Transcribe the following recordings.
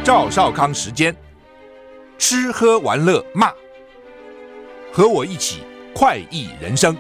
赵少康时间，吃喝玩乐骂，和我一起快意人生。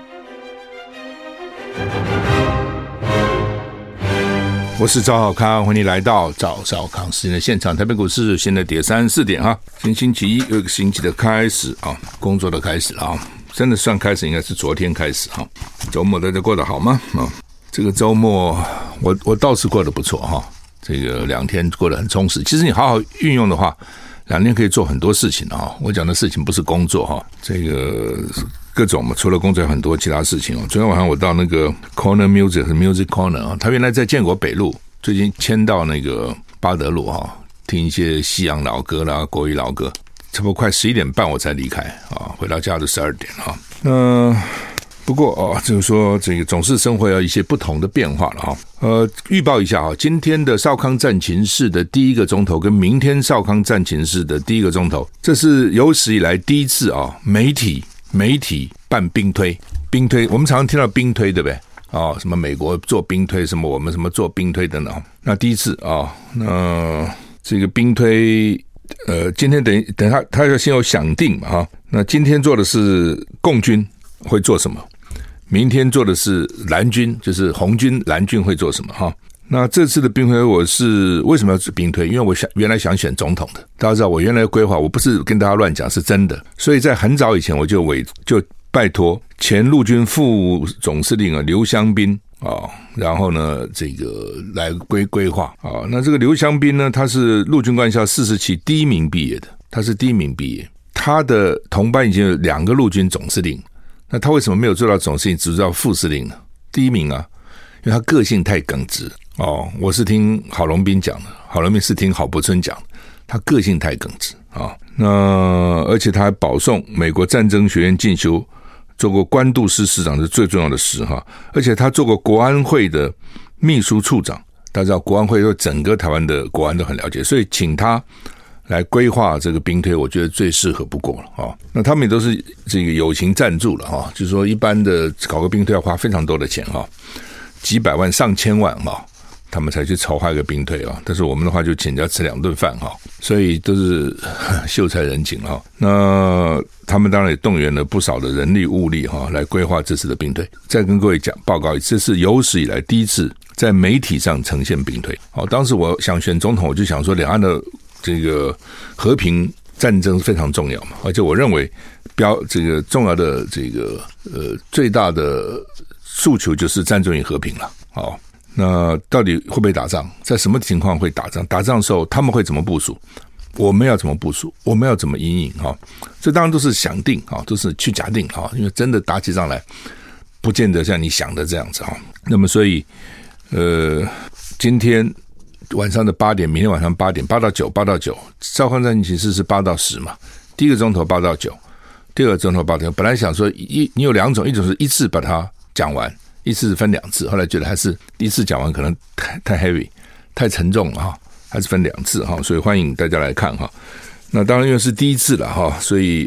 我是赵少康，欢迎来到赵少康时间的现场。台北股市现在跌34点啊，今星期一有一个星期的开始啊，工作的开始了啊，真的算开始应该是昨天开始哈。周末大家过得好吗？啊，这个周末我倒是过得不错哈，这个2天过得很充实。其实你好好运用的话，2天可以做很多事情啊。我讲的事情不是工作哈，这个各种嘛，除了工作有很多其他事情哦。昨天晚上我到那个 Corner Music Corner 啊，他原来在建国北路，最近迁到那个八德路哈，听一些西洋老歌啦、国语老歌，差不多快11点半我才离开啊，回到家就12点哈。不过哦，就是说这个总是生活要一些不同的变化了哈。预报一下啊，今天的少康战情室的第一个钟头跟明天少康战情室的第一个钟头，这是有史以来第一次啊，媒体办兵推，我们常常听到兵推对不对？哦，什么美国做兵推，什么我们什么做兵推等等。那第一次啊，那这个兵推，今天等他要先有想定嘛哈。那今天做的是共军会做什么？明天做的是蓝军，就是红军、蓝军会做什么哈？那这次的兵推我是为什么要做兵推？因为我原来想选总统的，大家知道我原来的规划，我不是跟大家乱讲，是真的。所以在很早以前我就拜托前陆军副总司令刘湘斌啊，然后呢这个来规划啊。那这个刘湘斌呢，他是陆军官校40期第一名毕业的，他是第一名毕业，他的同班已经有2个陆军总司令。那他为什么没有做到总司令，只做到副司令呢？第一名啊，因为他个性太耿直哦。我是听郝龙斌讲的，郝龙斌是听郝柏村讲的，他个性太耿直啊。那而且他还保送美国战争学院进修，做过官渡师师长是最重要的事哈。而且他做过国安会的秘书处长，大家知道国安会对整个台湾的国安都很了解，所以请他来规划这个兵推，我觉得最适合不过了啊。那他们也都是这个友情赞助了哈，就是说一般的搞个兵推要花非常多的钱哈，几百万、上千万哈，他们才去筹划一个兵推啊。但是我们的话就请人家吃2顿饭哈，所以都是秀才人情哈。那他们当然也动员了不少的人力物力哈，来规划这次的兵推。再跟各位报告，这是有史以来第一次在媒体上呈现兵推。好，当时我想选总统，我就想说两岸的这个和平战争非常重要嘛，而且我认为这个重要的这个最大的诉求就是战争与和平了。好，那到底会不会打仗？在什么情况会打仗？打仗的时候他们会怎么部署？我们要怎么部署？我们要怎么因应？哈，这当然都是想定哈，都是去假定哈，因为真的打起仗来，不见得像你想的这样子哈。那么所以今天晚上的8点，明天晚上8点，8到9，少康战情室是8到10嘛。第一个钟头8到9，第二个钟头8到9。本来想说你有2种，一种是一次把它讲完，一次是分2次，后来觉得还是一次讲完可能太 heavy 太沉重了哈，还是分2次哈，所以欢迎大家来看哈。那当然因为是第一次了哈，所以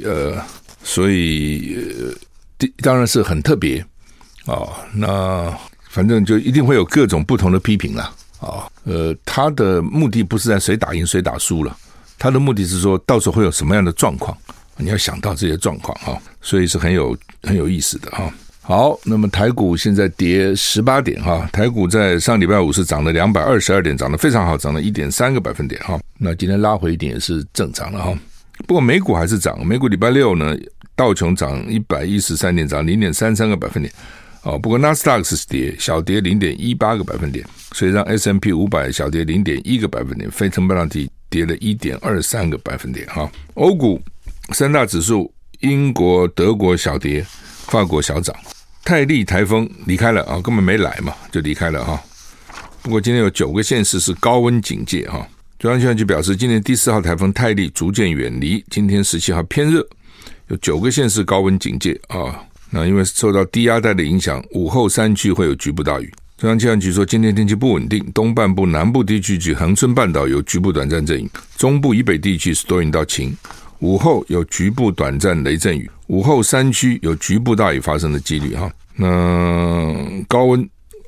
当然是很特别啊。那反正就一定会有各种不同的批评啦。他的目的不是在谁打赢谁打输了，他的目的是说到时候会有什么样的状况，你要想到这些状况哈，所以是很有意思的哈。好，那么台股现在跌18点哈，台股在上礼拜5是涨了222点，涨得非常好，涨了 1.3 个百分点哈。那今天拉回一点也是正常了哈。不过美股还是涨，美股礼拜6呢，道琼涨113点，涨 0.33 个百分点。不过纳斯达克是跌，小跌 0.18 个百分点，所以让 S&P 500小跌 0.1 个百分点，非成半导体跌了 1.23 个百分点哈。欧股3大指数，英国、德国小跌，法国小涨。泰利台风离开了啊，根本没来嘛，就离开了哈。不过今天有9个县市是高温警戒哈。中央气象局表示，今年第4号台风泰利逐渐远离，今天17号偏热，有9个县市高温警戒啊。那因为受到低压带的影响，午后山区会有局部大雨。中央气象局说，今天天气不稳定，东半部、南部地区及恒春半岛有局部短暂阵雨，中部以北地区是多云到晴，午后有局部短暂雷阵雨，午后山区有局部大雨发生的几率哈。那高温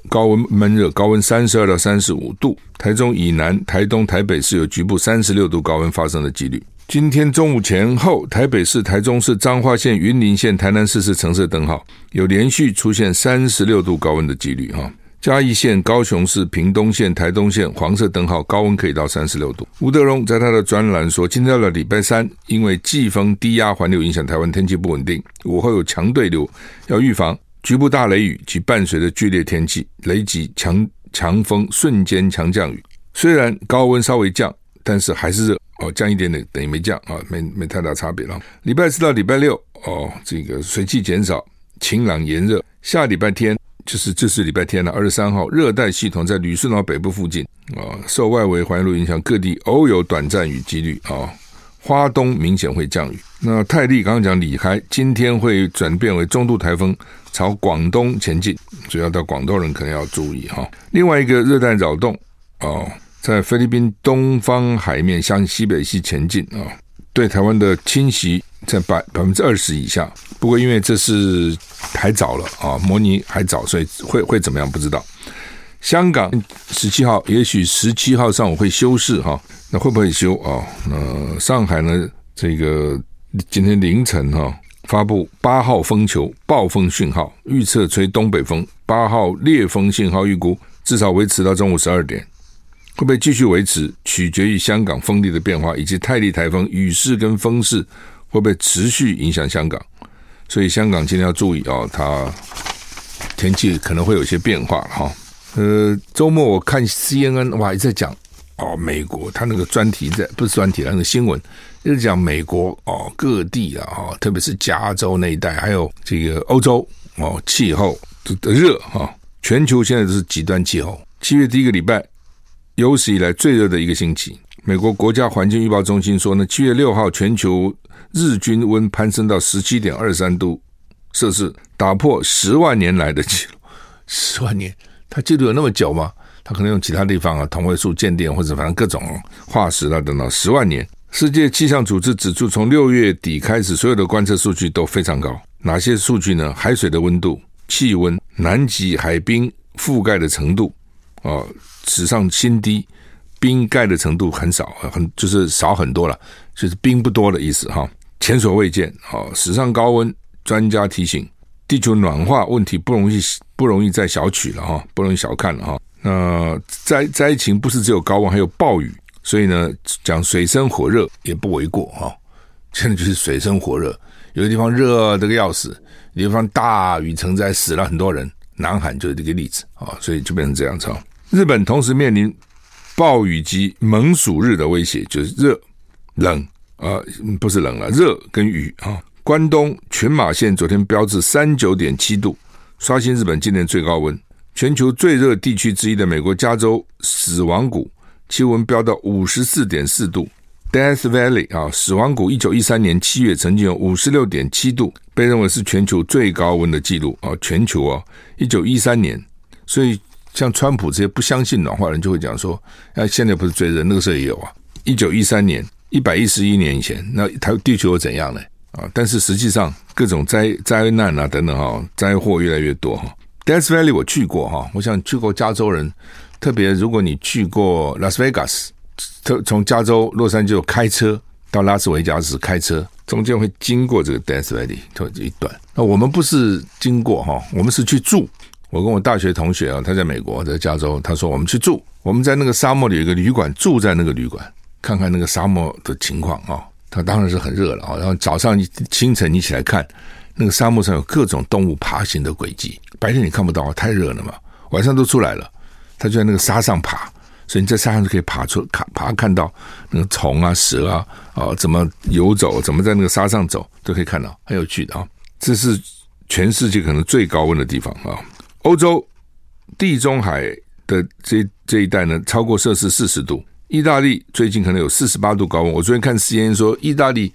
高温闷热，高温32到35度。台中以南、台东、台北市有局部36度高温发生的几率。今天中午前后，台北市、台中市、彰化县、云林县、台南市是橙色灯号，有连续出现36度高温的几率。嘉义县、高雄市、屏东县、台东县黄色灯号，高温可以到36度。吴德荣在他的专栏说，今天到了礼拜三，因为季风低压环流影响台湾，天气不稳定，午后有强对流，要预防局部大雷雨及伴随着剧烈天气、雷击、强风、瞬间强降雨。虽然高温稍微降，但是还是热。降一点点等于没降没太大差别了。礼拜四到礼拜六这个水汽减少，晴朗炎热。下礼拜天就是礼拜天了，23号，热带系统在旅顺岛北部附近受外围环流影响，各地偶有短暂雨几率花东明显会降雨。那泰利刚刚讲里海今天会转变为中度台风，朝广东前进，所以要到广东人可能要注意另外一个热带扰动在菲律宾东方海面向西北西前进对台湾的侵袭在20%以下。不过因为这是还早了模拟还早，所以会怎么样不知道。香港17号，也许17号上午会休市那会不会休那上海呢？这个今天凌晨发布8号风球暴风讯号，预测吹东北风，8号烈风信号预估至少维持到中午12点。会不会继续维持，取决于香港风力的变化，以及泰利台风雨势跟风势会不会持续影响香港。所以香港今天要注意它天气可能会有些变化周末我看 CNN 哇，一直在讲美国，他那个专题不是专题，那个新闻一直讲美国各地特别是加州那一带，还有这个欧洲气候的热全球现在都是极端气候。7月第一个礼拜有史以来最热的一个星期。美国国家环境预报中心说呢，7月6号全球日均温攀升到 17.23 度摄氏，打破10万年来的记录。10万年，它记录有那么久吗？它可能用其他地方同位素渐电或者反正各种化石等等10万年。世界气象组织指出，从6月底开始，所有的观测数据都非常高。哪些数据呢？海水的温度、气温、南极海冰覆盖的程度史上新低，冰盖的程度很少，就是少很多了，就是冰不多的意思前所未见史上高温。专家提醒，地球暖化问题不容易再小觑了不容易小看了那灾情不是只有高温，还有暴雨，所以呢，讲水深火热也不为过真的就是水深火热。有的地方热这个要死，有的地方大雨成灾，死了很多人。南韩就是这个例子所以就变成这样子日本同时面临暴雨及猛暑日的威胁，就是热冷不是冷了，热跟雨关东群马县昨天标志 39.7 度，刷新日本今年最高温。全球最热地区之一的美国加州死亡谷气温飙到 54.4 度。Death Valley 死亡谷1913年7月曾经有 56.7 度，被认为是全球最高温的记录全球1913年。所以像川普这些不相信暖化的人就会讲说现在不是最热，那个时候也有1913年111年以前，那地球又怎样呢但是实际上各种灾难等等灾祸越来越多Death Valley 我去过我想去过加州人，特别如果你去过拉斯维加斯，从加州洛杉矶开车到拉斯维加斯开车，中间会经过这个 Death Valley 一段。那我们不是经过我们是去住。我跟我大学同学他在美国，在加州，他说我们去住，我们在那个沙漠里有一个旅馆，住在那个旅馆，看看那个沙漠的情况它当然是很热了然后早上清晨你起来看，那个沙漠上有各种动物爬行的轨迹，白天你看不到太热了嘛，晚上都出来了，它就在那个沙上爬，所以你在沙上就可以爬看到那个虫蛇怎么游走，怎么在那个沙上走都可以看到，很有趣的这是全世界可能最高温的地方欧洲地中海的这一带呢，超过摄氏40度。意大利最近可能有48度高温。我昨天看 CNN 说，意大利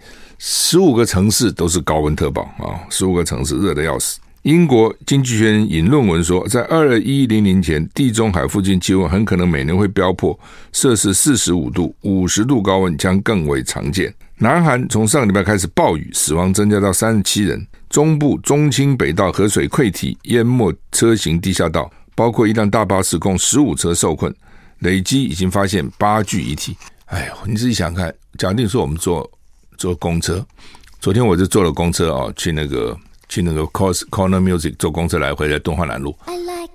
15个城市都是高温特报15个城市热得要死。英国经济学人引论文说，在2100前，地中海附近气温很可能每年会飙破摄氏45度，50度高温将更为常见。南韩从上个礼拜开始暴雨，死亡增加到37人。中部中清北道河水溃堤，淹没车行地下道， 包括一辆大巴士共15车受困，累积已经发现8具遗体。哎呦，你自己想想看，假定说我们坐公车，昨天我就坐了公车啊，去那个 Corner Music 坐公车来回在敦化南路。I like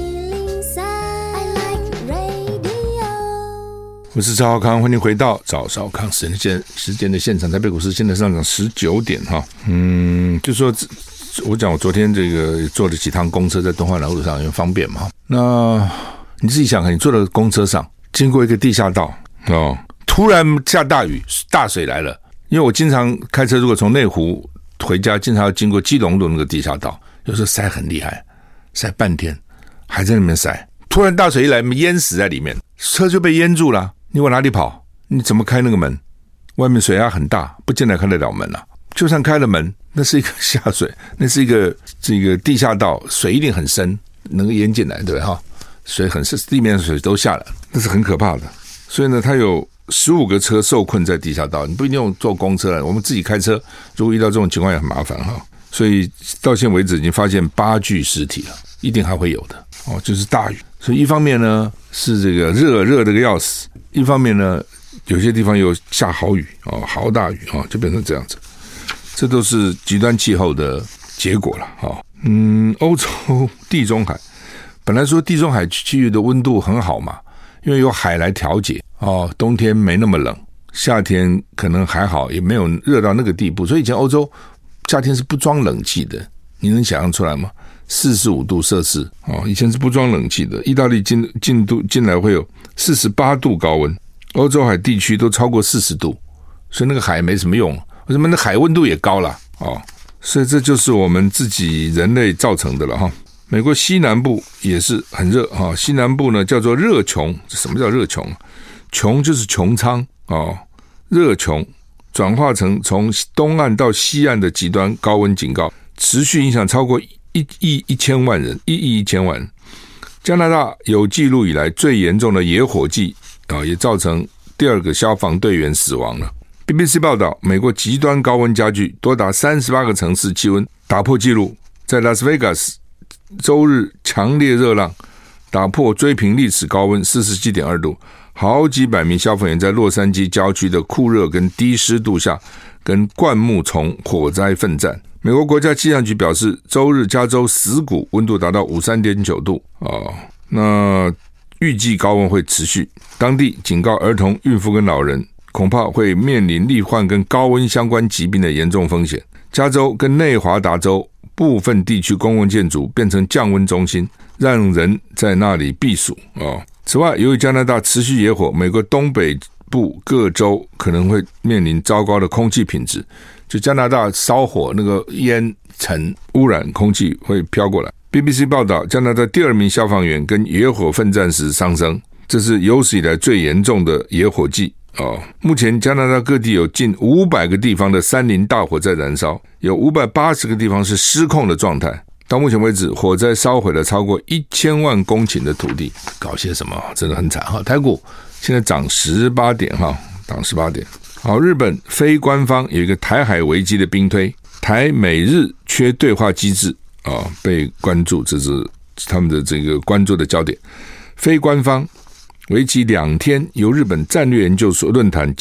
103, I like radio。 我是赵少康，欢迎回到赵少康时间的现场。台北股市现在上涨19点哈，就说我讲我昨天这个坐了几趟公车在敦化南路上，因为方便嘛。那你自己想看，你坐的公车上经过一个地下道哦，突然下大雨，大水来了。因为我经常开车，如果从内湖回家，经常要经过基隆路那个地下道，有时候塞很厉害，塞半天还在那边塞。突然大水一来，淹死在里面，车就被淹住了。你往哪里跑？你怎么开那个门？外面水压很大，不见得开得了门了。就算开了门，那是一个下水，那是一个这个地下道，水一定很深，能够淹进来，对吧？水很深，地面的水都下来，那是很可怕的。所以呢，它有15个车受困在地下道，你不一定用坐公车了，我们自己开车，如果遇到这种情况也很麻烦哈。所以到现在为止已经发现8具尸体了，一定还会有的哦，就是大雨。所以一方面呢是这个热的个要死，一方面呢有些地方又下豪雨哦，豪大雨哦，就变成这样子。这都是极端气候的结果了哦。欧洲地中海本来说地中海区域的温度很好嘛，因为有海来调节哦，冬天没那么冷，夏天可能还好，也没有热到那个地步，所以以前欧洲夏天是不装冷气的，你能想象出来吗？45度摄氏哦，以前是不装冷气的。意大利进来会有48度高温，欧洲海地区都超过40度，所以那个海没什么用。为什么那海温度也高了哦？所以这就是我们自己人类造成的了哈。美国西南部也是很热哈，西南部呢叫做热穹。什么叫热穹？穹就是穹苍哦，热穹转化成从东岸到西岸的极端高温警告，持续影响超过1亿1000万人，1亿1000万人。加拿大有记录以来最严重的野火季啊，也造成第2个消防队员死亡了。BBC 报道，美国极端高温加剧，多达38个城市气温打破纪录。在拉斯维加斯，周日强烈热浪打破追平历史高温 47.2 度，好几百名消防员在洛杉矶郊区的酷热跟低湿度下跟灌木丛火灾奋战。美国国家气象局表示，周日加州死谷温度达到 53.9 度那预计高温会持续，当地警告儿童、孕妇跟老人恐怕会面临罹患跟高温相关疾病的严重风险。加州跟内华达州部分地区公共建筑变成降温中心，让人在那里避暑此外，由于加拿大持续野火，美国东北部各州可能会面临糟糕的空气品质。就加拿大烧火，那个烟尘污染空气会飘过来。BBC 报道，加拿大第2名消防员跟野火奋战时丧生，这是有史以来最严重的野火季目前加拿大各地有近500个地方的山林大火在燃烧，有580个地方是失控的状态。到目前为止，火灾烧毁了超过1000万公顷的土地。搞些什么？真的很惨哈！台股现在涨18点哈，涨18点。好，日本非官方有一个台海危机的兵推，台美日缺对话机制被关注，这是他们的这个关注的焦点。非官方为期2天，由日本战略研究所论坛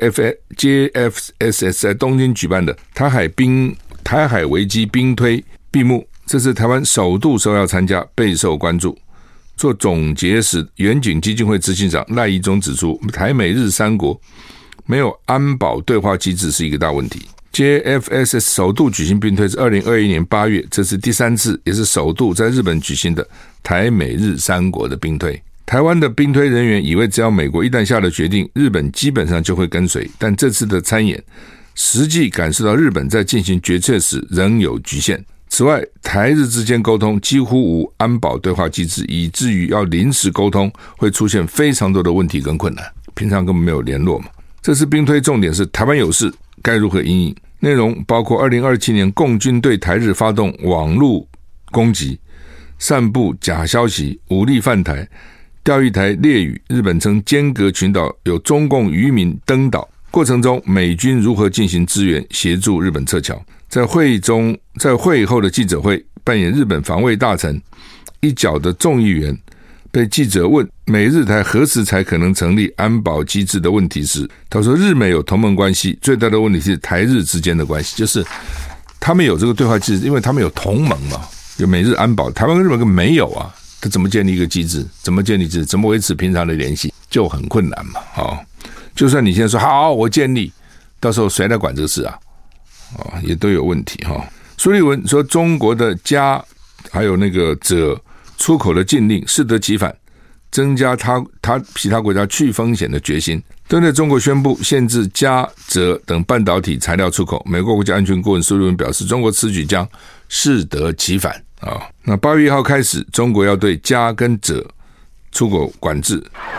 JFSS 在东京举办的台海危机兵推闭幕，这是台湾首度受邀参加，备受关注。做总结时，远景基金会执行长赖宜中指出，台美日3国没有安保对话机制是一个大问题。JFSS 首度举行兵推是2021年8月，这是第3次，也是首度在日本举行的台美日3国的兵推。台湾的兵推人员以为只要美国一旦下了决定，日本基本上就会跟随，但这次的参演实际感受到日本在进行决策时仍有局限。此外，台日之间沟通几乎无安保对话机制，以至于要临时沟通会出现非常多的问题跟困难，平常根本没有联络嘛。这次兵推重点是台湾有事该如何因应，内容包括2027年共军对台日发动网络攻击，散布假消息，武力犯台，钓鱼台列屿，日本称尖阁群岛有中共渔民登岛，过程中美军如何进行支援协助日本撤侨。在会后的记者会， 扮演日本防卫大臣一角的众议员被记者问美日台何时才可能成立安保机制的问题时，他说日美有同盟关系，最大的问题是台日之间的关系，就是他们有这个对话机制，因为他们有同盟嘛，有美日安保，台湾跟日本根本没有啊，他怎么建立一个机制？怎么建立机制？怎么维持平常的联系？就很困难嘛。就算你现在说好，我建立，到时候谁来管这个事啊？也都有问题哈。苏立文说，中国的镓还有那个锗出口的禁令适得其反，增加其他国家去风险的决心。针对中国宣布限制镓、锗等半导体材料出口，美国国家安全顾问苏立文表示，中国此举将适得其反那8月1号开始，中国要对镓跟锗出口管制。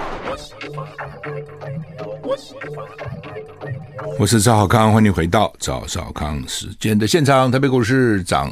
我是赵少康，欢迎回到赵少康时间的现场。台北股市涨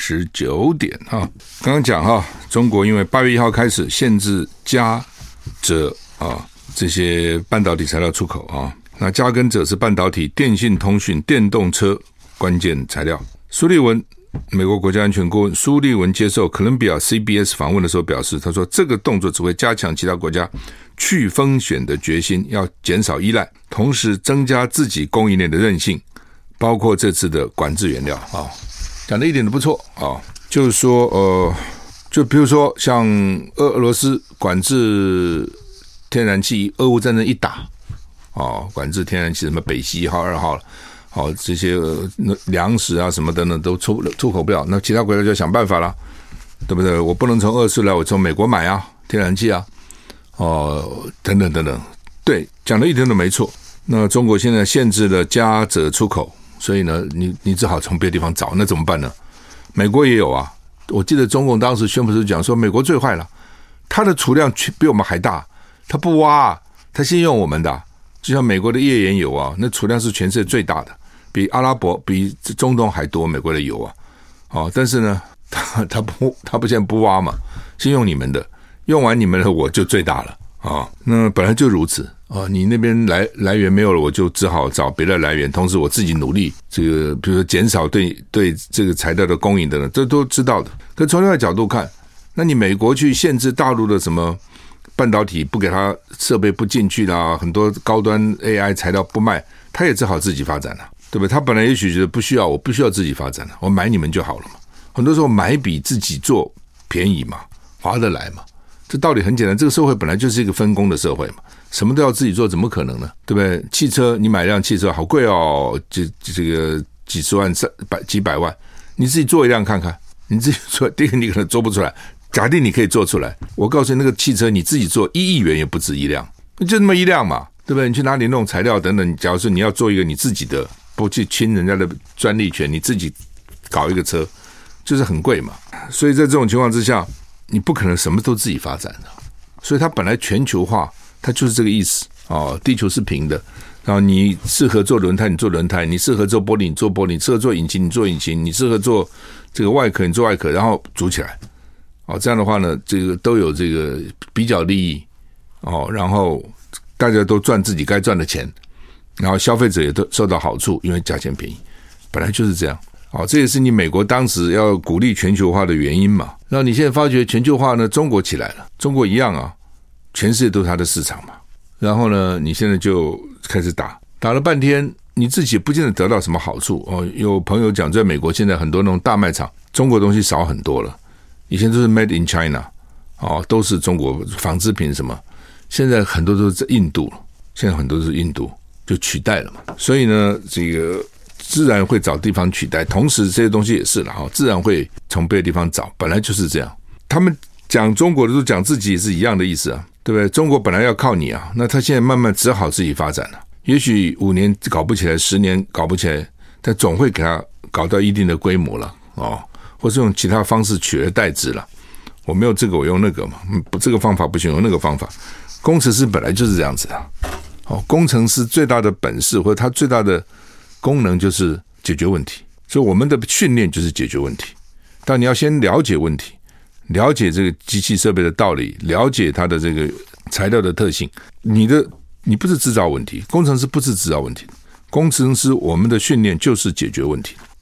29点刚刚讲中国因为8月1号开始限制镓、锗这些半导体材料出口那镓跟锗是半导体、电信、通讯、电动车关键材料。苏立文，美国国家安全顾问苏立文接受哥伦比亚 CBS 访问的时候表示，他说这个动作只会加强其他国家去风险的决心，要减少依赖，同时增加自己供应链的韧性，包括这次的管制原料讲的一点都不错就是说就比如说像俄罗斯管制天然气，俄乌战争一打管制天然气，什么北溪1号2号这些粮食啊什么等等都出口不了，那其他国家就要想办法了，对不对？我不能从俄罗斯来，我从美国买天然气等等等等，对，讲的一点都没错。那中国现在限制了镓、锗出口，所以呢，你只好從別的地方找，那怎么办呢？美国也有我记得中共当时宣布是讲说，美国最坏了，它的储量比我们还大，它不挖它先用我们的，就像美国的页岩油那储量是全世界最大的，比阿拉伯、比中东还多，美国的油但是呢，他不现在不挖嘛，先用你们的，用完你们的我就最大了那本来就如此你那边来源没有了，我就只好找别的来源，同时我自己努力这个，比如说减少对这个材料的供应等等，这都知道的。可从另外角度看，那你美国去限制大陆的什么半导体，不给它设备不进去啦，很多高端 AI 材料不卖，他也只好自己发展了，对不对？他本来也许觉得我不需要自己发展了，我买你们就好了嘛。很多时候买比自己做便宜嘛，划得来嘛。这道理很简单，这个社会本来就是一个分工的社会嘛，什么都要自己做，怎么可能呢？对不对？汽车你买一辆汽车好贵这个几十万、几百万，你自己做一辆看看，你自己做，第一个你可能做不出来，假定你可以做出来，我告诉你，那个汽车你自己做1亿元也不止一辆，就那么一辆嘛，对不对？你去哪里弄材料等等，假如说你要做一个你自己的，不去侵人家的专利权，你自己搞一个车，就是很贵嘛。所以在这种情况之下，你不可能什么都自己发展的，所以它本来全球化，它就是这个意思地球是平的，然后你适合做轮胎，你做轮胎；你适合做玻璃，你做玻璃；你适合做引擎，你做引擎；你适合做这个外壳，你做外壳，然后组起来这样的话呢，这个都有这个比较利益然后大家都赚自己该赚的钱，然后消费者也都受到好处，因为价钱便宜，本来就是这样。这也是你美国当时要鼓励全球化的原因嘛。然后你现在发觉全球化呢，中国起来了，中国一样全世界都是它的市场嘛。然后呢，你现在就开始打了半天，你自己不见得得到什么好处有朋友讲，在美国现在很多那种大卖场，中国东西少很多了，以前都是 Made in China 都是中国纺织品什么，现在很多都是在印度了，现在很多都是印度就取代了嘛。所以呢，这个自然会找地方取代，同时这些东西也是了自然会从别的地方找，本来就是这样。他们讲中国的都讲自己也是一样的意思对不对？中国本来要靠你那他现在慢慢只好自己发展了，也许5年搞不起来，10年搞不起来，但总会给他搞到一定的规模了或是用其他方式取而代之了。我没有这个，我用那个嘛，这个方法不行，用那个方法。工程师本来就是这样子工程师最大的本事或者他最大的功能就是解决问题，所以我们的训练就是解决问题。但你要先了解问题，了解这个机器设备的道理，了解它的这个材料的特性。你不是制造问题，工程师不是制造问题，工程师我们的训练就是解决问题。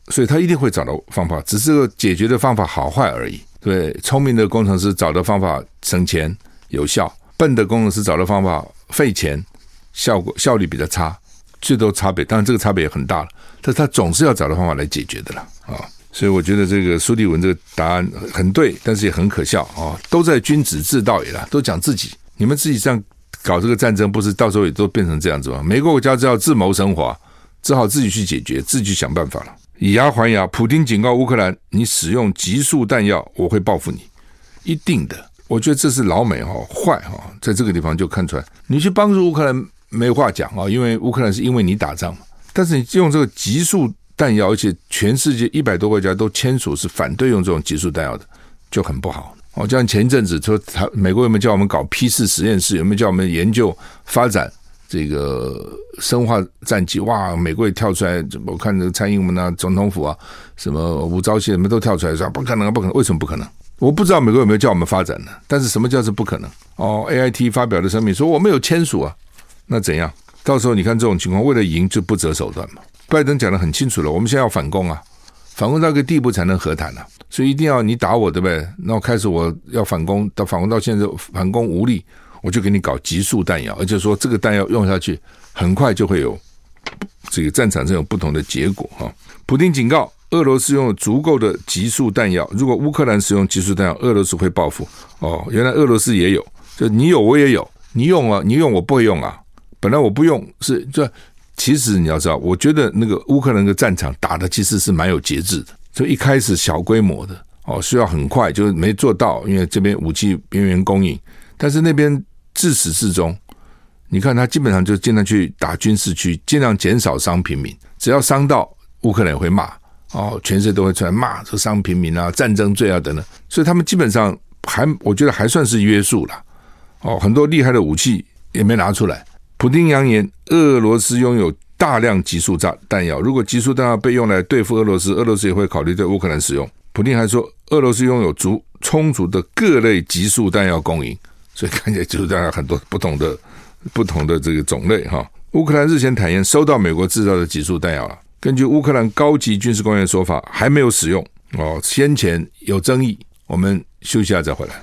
所以他一定会找到方法，只是个解决的方法好坏而已。对，聪明的工程师找的方法省钱有效，笨的工程师找的方法费钱，效率比较差，最多差别，当然这个差别也很大了，但是他总是要找到方法来解决的了啊。所以我觉得这个苏立文这个答案很对，但是也很可笑啊，都在君子自道也啦，都讲自己，你们自己这样搞这个战争，不是到时候也都变成这样子吗？每个国家只要自谋生华，只好自己去解决，自己去想办法了。以牙还牙，普丁警告乌克兰，你使用极速弹药，我会报复你，一定的。我觉得这是老美坏在这个地方就看出来，你去帮助乌克兰没话讲因为乌克兰是因为你打仗嘛，但是你用这个极速弹药，而且全世界100多个国家都签署是反对用这种极速弹药的，就很不好。就像前一阵子说美国有没有叫我们搞P4实验室，有没有叫我们研究发展这个生化战机？哇，美国也跳出来，我看这个蔡英文啊、总统府啊、什么吴钊燮什么都跳出来说不可能，不可能。为什么不可能？我不知道美国有没有叫我们发展呢？但是什么叫是不可能？AIT 发表的声明说我们有签署啊，那怎样？到时候你看这种情况，为了赢就不择手段嘛。拜登讲得很清楚了，我们现在要反攻啊，反攻到一个地步才能和谈啊，所以一定要你打我，对不对？那我开始我要反攻，到现在反攻无力，我就给你搞极速弹药，而且说这个弹药用下去，很快就会有这个战场上有不同的结果哈。普丁警告，俄罗斯拥有足够的极速弹药，如果乌克兰使用极速弹药，俄罗斯会报复。原来俄罗斯也有，就你有我也有，你用啊，你用我不会用啊，本来我不用是这。其实你要知道，我觉得那个乌克兰的战场打的其实是蛮有节制的，就一开始小规模的需要很快，就是没做到，因为这边武器边缘供应，但是那边自始至终，你看他基本上就尽量去打军事区，尽量减少伤平民，只要伤到乌克兰也会骂全世界都会出来骂这伤平民啊、战争罪啊等等，所以他们基本上我觉得还算是约束了很多厉害的武器也没拿出来。普丁扬言，俄罗斯拥有大量极速弹药，如果极速弹药被用来对付俄罗斯，俄罗斯也会考虑对乌克兰使用。普丁还说，俄罗斯拥有充足的各类极速弹药供应，所以看起来极速弹药很多不同的这个种类哈。乌克兰日前坦言收到美国制造的极速弹药了，根据乌克兰高级军事官员说法，还没有使用先前有争议。我们休息一下再回来。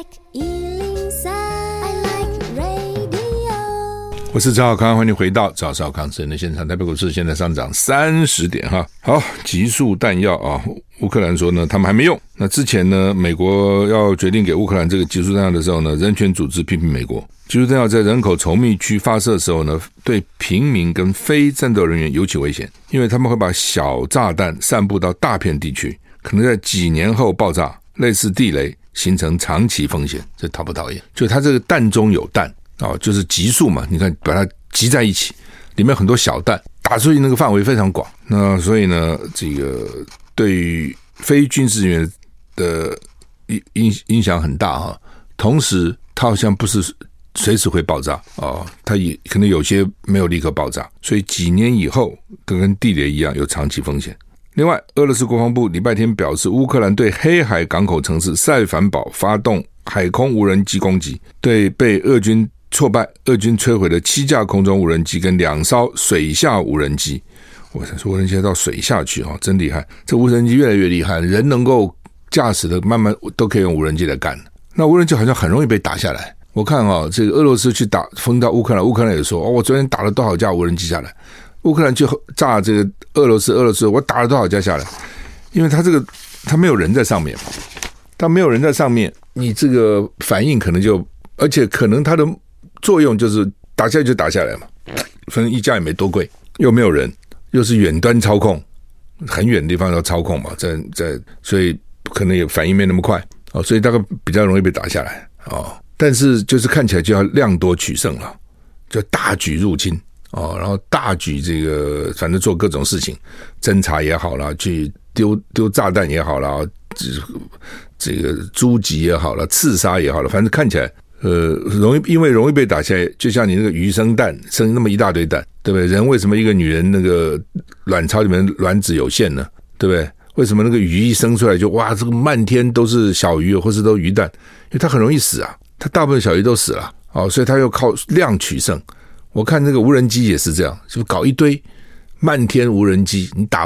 我是赵少康，欢迎回到赵少康私人的现场。台北股市现在上涨30点哈。好，极速弹药乌克兰说呢，他们还没用。那之前呢，美国要决定给乌克兰这个极速弹药的时候呢，人权组织批评美国极速弹药在人口稠密区发射的时候呢，对平民跟非战斗人员尤其危险，因为他们会把小炸弹散布到大片地区，可能在几年后爆炸，类似地雷，形成长期风险。这讨不讨厌？就它这个弹中有弹就是极速嘛，你看把它集在一起，里面很多小弹，打出去那个范围非常广。那所以呢，这个对于非军事人员的影响很大同时它好像不是随时会爆炸它也可能有些没有立刻爆炸，所以几年以后跟地雷一样有长期风险。另外，俄罗斯国防部礼拜天表示，乌克兰对黑海港口城市塞凡堡发动海空无人机攻击，对被俄军挫败，俄军摧毁了7架空中无人机跟2艘水下无人机。我想说无人机到水下去真厉害，这无人机越来越厉害，人能够驾驶的慢慢都可以用无人机来干。那无人机好像很容易被打下来，我看这个俄罗斯去封到乌克兰，乌克兰也说我昨天打了多少架无人机下来，乌克兰就炸这个俄罗斯我打了多少架下来，因为他没有人在上面，他没有人在上面，你这个反应可能就，而且可能它的作用就是打下来就打下来嘛，反正一架也没多贵，又没有人，又是远端操控，很远的地方要操控嘛，所以可能也反应没那么快所以大概比较容易被打下来但是就是看起来就要量多取胜了，就大举入侵然后大举这个反正做各种事情，侦察也好啦，去丢炸弹也好啦，这个狙击也好啦，刺杀也好啦，反正看起来因为容易被打下来，就像你那个鱼生蛋，生那么一大堆蛋，对不对？人为什么一个女人那个卵巢里面卵子有限呢？对不对？为什么那个鱼一生出来就哇，这个漫天都是小鱼或是都鱼蛋？因为它很容易死啊，它大部分小鱼都死了所以它又靠量取胜。我看那个无人机也是这样，就搞一堆漫天无人机，你打吧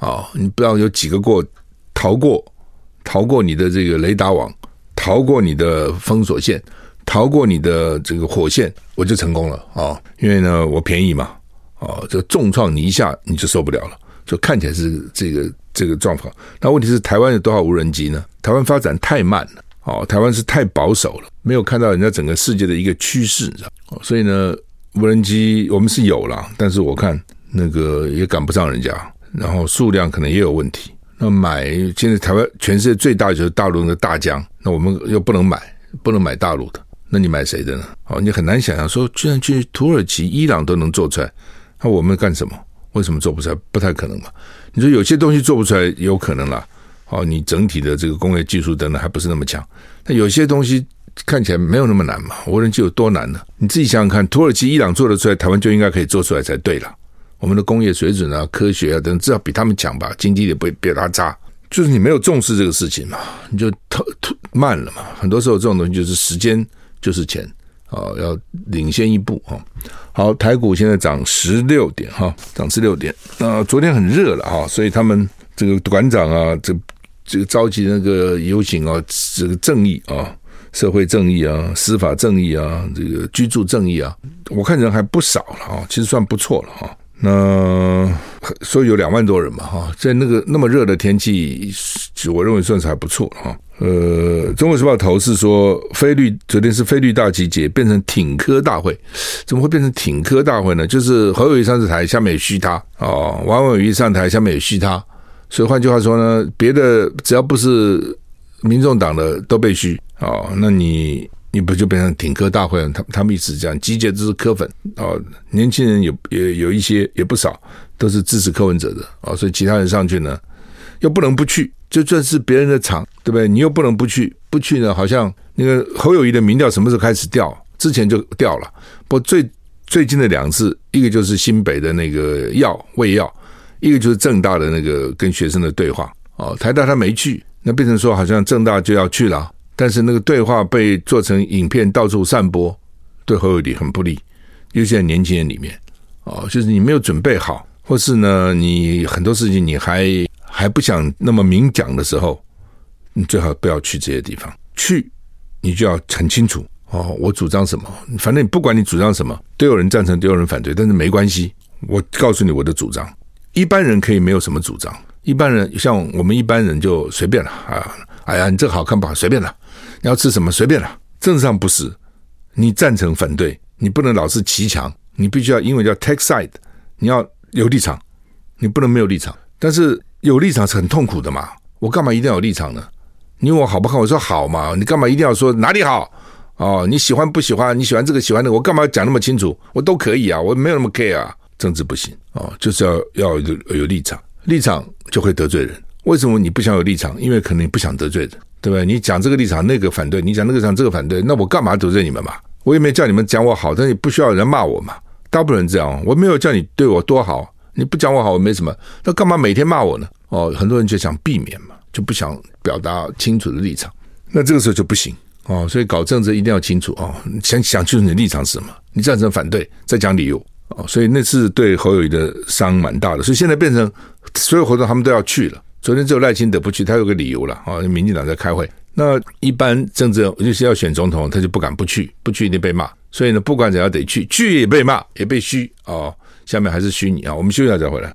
你不知道有几个逃过你的这个雷达网，逃过你的封锁线，逃过你的这个火线，我就成功了因为呢我便宜嘛就重创你一下你就受不了了，就看起来是这个状况。那问题是台湾有多少无人机呢？台湾发展太慢了台湾是太保守了，没有看到人家整个世界的一个趋势，你知道所以呢无人机我们是有啦，但是我看那个也赶不上人家，然后数量可能也有问题。那现在台湾全世界最大的就是大陆的大疆，那我们又不能买大陆的，那你买谁的呢？你很难想象说居然去土耳其伊朗都能做出来，那我们干什么？为什么做不出来？不太可能嘛。你说有些东西做不出来有可能啦你整体的这个工业技术等等还不是那么强，那有些东西看起来没有那么难嘛，无人机有多难呢？你自己想想看，土耳其伊朗做得出来，台湾就应该可以做出来才对了。我们的工业水准啊科学啊等至少比他们强吧，经济也不会比他差，就是你没有重视这个事情嘛，你就慢了嘛。很多时候这种东西就是时间就是钱要领先一步好，台股现在涨16点涨16点昨天很热了所以他们这个馆长啊这个召集那个游行这个正义社会正义司法正义这个居住正义我看人还不少了其实算不错了那所以有2万多人嘛在那么热的天气，我认为算是还不错中国时报头是说昨天是非绿大集结变成挺柯大会，怎么会变成挺柯大会呢？就是侯友宜上台下面也虚他王委瑜上台下面也虚他，所以换句话说呢，别的只要不是民众党的都被虚那你不就变成挺柯大会了？他们一直这样集结都是柯粉年轻人也有一些也不少都是支持柯文哲的所以其他人上去呢又不能不去，就算是别人的场对不对？你又不能不去呢，好像那个侯友宜的民调什么时候开始掉？之前就掉了，不过最近的2次，一个就是新北的那个卫药，一个就是政大的那个跟学生的对话台大他没去，那变成说好像政大就要去了，但是那个对话被做成影片到处散播，对侯友宜很不利，尤其在年轻人里面就是你没有准备好，或是呢你很多事情你还不想那么明讲的时候，你最好不要去这些地方，去你就要很清楚我主张什么，反正不管你主张什么，都有人赞成都有人反对，但是没关系，我告诉你我的主张。一般人可以没有什么主张，一般人像我们一般人就随便了哎呀你这个好看不好随便了，你要吃什么随便了。政治上不是，你赞成反对，你不能老是骑墙，你必须要英文叫 take side， 你要有立场，你不能没有立场。但是有立场是很痛苦的嘛，我干嘛一定要有立场呢？你问我好不好，我说好嘛，你干嘛一定要说哪里好你喜欢不喜欢，你喜欢这个喜欢那个，我干嘛讲那么清楚？我都可以我没有那么 care 政治不行就是要有立场，立场就会得罪人。为什么你不想有立场？因为可能你不想得罪人，对不对？你讲这个立场那个反对，你讲那个立场这个反对，那我干嘛得罪你们嘛？我也没叫你们讲我好，但是不需要人骂我嘛，大部分人这样，我没有叫你对我多好，你不讲我好我没什么，那干嘛每天骂我呢？很多人就想避免嘛，就不想表达清楚的立场，那这个时候就不行所以搞政治一定要清楚想清楚你的立场是什么，你赞成反对再讲理由所以那次对侯友宜的伤蛮大的，所以现在变成所有活动他们都要去了。昨天只有赖清德不去，他有个理由了民进党在开会。那一般政治就是要选总统，他就不敢不去一定被骂，所以呢不管怎样得去也被骂也被虚下面还是虚拟我们休息一下再回来。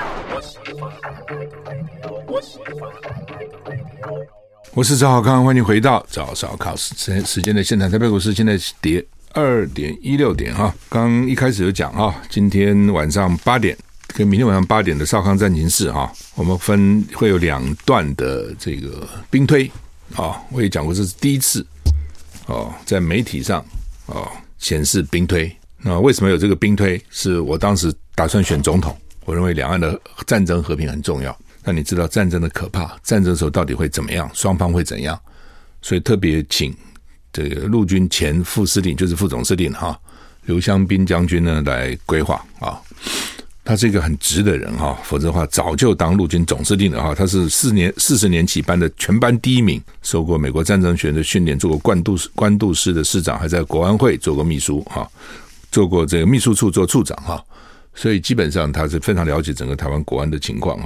我是赵少康，欢迎回到赵少康时间的现场。台北股市现在跌2.16点刚一开始有讲今天晚上8点跟明天晚上8点的少康战情室我们会有2段的这个兵推我也讲过这是第一次在媒体上显示兵推。那为什么有这个兵推？是我当时打算选总统，我认为两岸的战争和平很重要。那你知道战争的可怕，战争的时候到底会怎么样，双方会怎样，所以特别请这个陆军前副司令，就是副总司令刘湘斌将军呢来规划他是一个很直的人否则的话早就当陆军总司令了他是40年起班的全班第1名，受过美国战争学院的训练，做过关渡师的师长，还在国安会做过秘书做过这个秘书处做处长所以基本上他是非常了解整个台湾国安的情况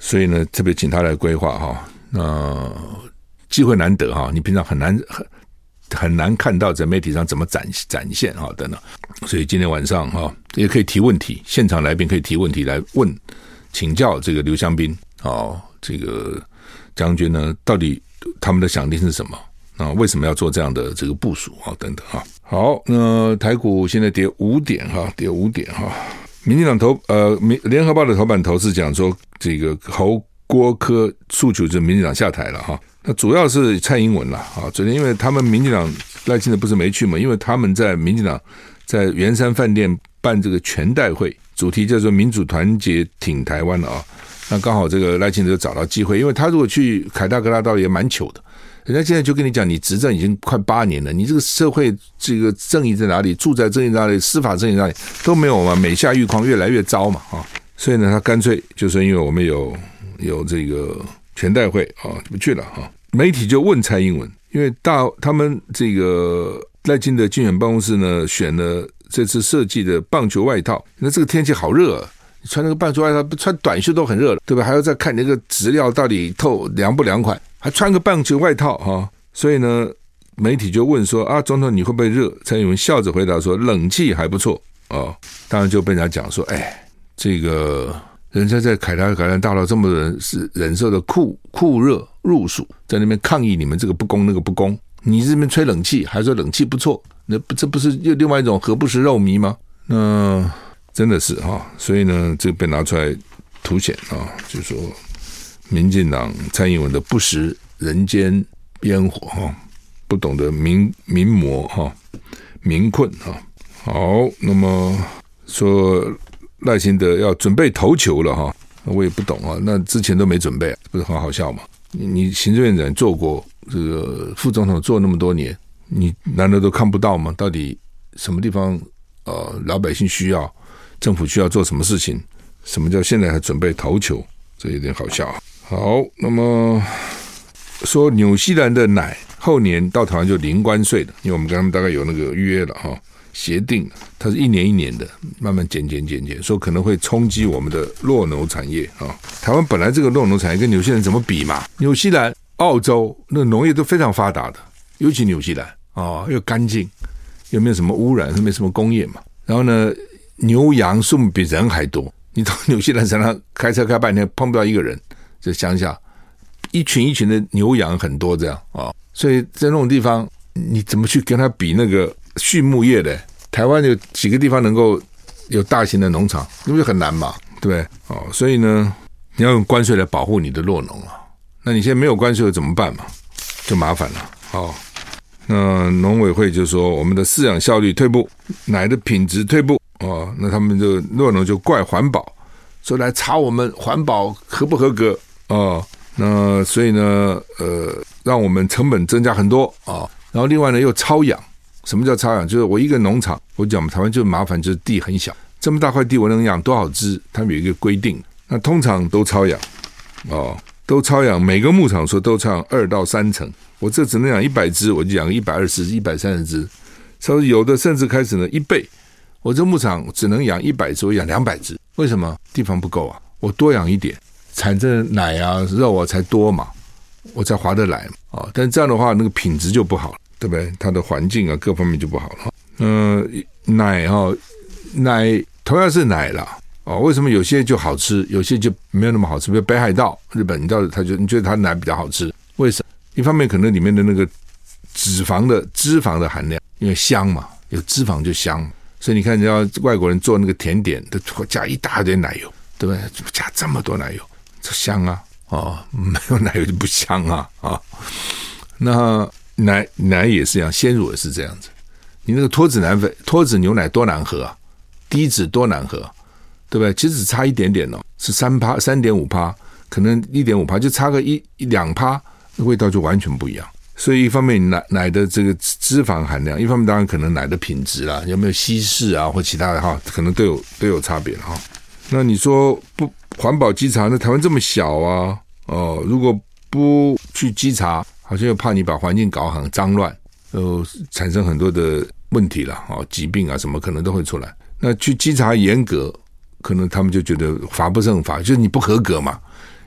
所以呢，特别请他来规划哈。那机会难得哈，你平常很难看到在媒体上怎么展现哈等等。所以今天晚上哈也可以提问题，现场来宾可以提问题来请教这个刘香彬这个将军呢，到底他们的想定是什么？为什么要做这样的这个部署等等哈。好，那台股现在跌5点哈，跌5点哈。民进党联合报的头版头是讲说这个侯郭柯诉求就是民进党下台了哈。那主要是蔡英文啦昨天因为他们民进党赖清德不是没去嘛，因为他们在民进党在圆山饭店办这个全代会，主题叫做民主团结挺台湾了那刚好这个赖清德就找到机会，因为他如果去凯达格拉道也蛮糗的，人家现在就跟你讲，你执政已经快8年了，你这个社会这个正义在哪里，住宅正义在哪里，司法正义在哪里都没有嘛，每下愈况，越来越糟嘛所以呢，他干脆就说，因为我们有这个全代会就不去了媒体就问蔡英文，因为他们这个赖清德竞选办公室呢选了这次设计的棒球外套，那这个天气好热你穿那个棒球外套，穿短袖都很热了，对吧？还要再看那个质料到底凉不凉快，还穿个棒球外套所以呢，媒体就问说总统你会不会热？蔡英文笑着回答说冷气还不错当然就被人家讲说，这个人家在凯达格兰大道这么忍受的酷热入暑，在那边抗议你们这个不公那个不公，你这边吹冷气还说冷气不错，这不是又另外一种何不食肉糜吗？那真的是所以呢，这个被拿出来凸显就是说民进党蔡英文的不食人间烟火不懂得民魔民困好，那么说赖清德要准备投球了我也不懂那之前都没准备不是很好笑吗？你行政院长做过，这个副总统做那么多年，你难道都看不到吗？到底什么地方老百姓需要，政府需要做什么事情？什么叫现在还准备投球？这有点好笑好，那么说纽西兰的奶后年到台湾就零关税的，因为我们跟他们大概有那个约了协定，它是1年1年的，慢慢减，说可能会冲击我们的酪农产业台湾本来这个酪农产业跟纽西兰怎么比嘛？纽西兰、澳洲那农业都非常发达的，尤其纽西兰又干净，又没有什么污染，又没什么工业嘛。然后呢，牛羊数目比人还多，你到纽西兰常常开车开半天碰不到一个人，就乡下一群一群的牛羊很多这样所以在那种地方你怎么去跟他比那个畜牧业的？台湾有几个地方能够有大型的农场，因为很难嘛，对不对所以呢，你要用关税来保护你的酪农那你现在没有关税怎么办嘛？就麻烦了那农委会就说我们的饲养效率退步，奶的品质退步那他们就酪农就怪环保，说来查我们环保合不合格那所以呢让我们成本增加很多然后另外呢又超养。什么叫超养？就是我一个农场，我讲台湾就麻烦，就是地很小，这么大块地我能养多少只？他们有一个规定，那通常都超养都超养，每个牧场说都超养2到3成，我这只能养100只，我就养120只、130只，稍微有的甚至开始呢1倍，我这牧场只能养100只，我养200只，为什么？地方不够我多养一点，产生奶肉才多嘛，我才划得来但这样的话那个品质就不好了，对不对？它的环境各方面就不好了奶同样是奶啦为什么有些就好吃，有些就没有那么好吃？比如北海道日本，你觉得它奶比较好吃，为什么？一方面可能里面的那个脂肪的含量，因为香嘛，有脂肪就香，所以你看人家外国人做那个甜点都加一大堆奶油，对不对？加这么多奶油，这香没有奶油就不香那奶也是一样，鲜乳也是这样子。你那个脱脂牛奶多难喝低脂多难喝，对不对？其实只差一点点是3%、3.5%，可能1.5%，就差个1-2%，味道就完全不一样。所以一方面奶的这个脂肪含量，一方面当然可能奶的品质啦，有没有稀释或其他的可能都有差别那你说不环保稽查，那台湾这么小如果不去稽查，好像又怕你把环境搞很脏乱，产生很多的问题了疾病什么可能都会出来。那去稽查严格，可能他们就觉得法不胜法，就是你不合格嘛，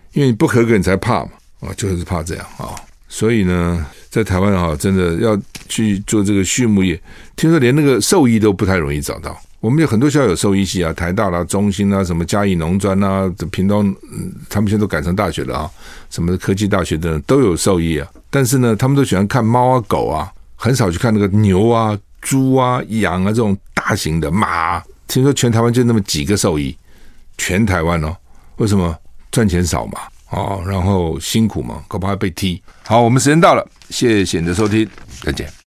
因为你不合格你才怕嘛，就是怕这样啊。所以呢，在台湾真的要去做这个畜牧业，听说连那个兽医都不太容易找到。我们有很多学校有兽医系啊，台大啦、中兴啦、什么嘉义农专啊、屏东，他们现在都改成大学了啊，什么科技大学的都有兽医啊。但是呢，他们都喜欢看猫啊、狗啊，很少去看那个牛啊、猪啊、羊啊这种大型的马。听说全台湾就那么几个兽医，全台湾为什么？赚钱少嘛，然后辛苦嘛，搞不好还被踢。好，我们时间到了，谢谢你的收听，再见。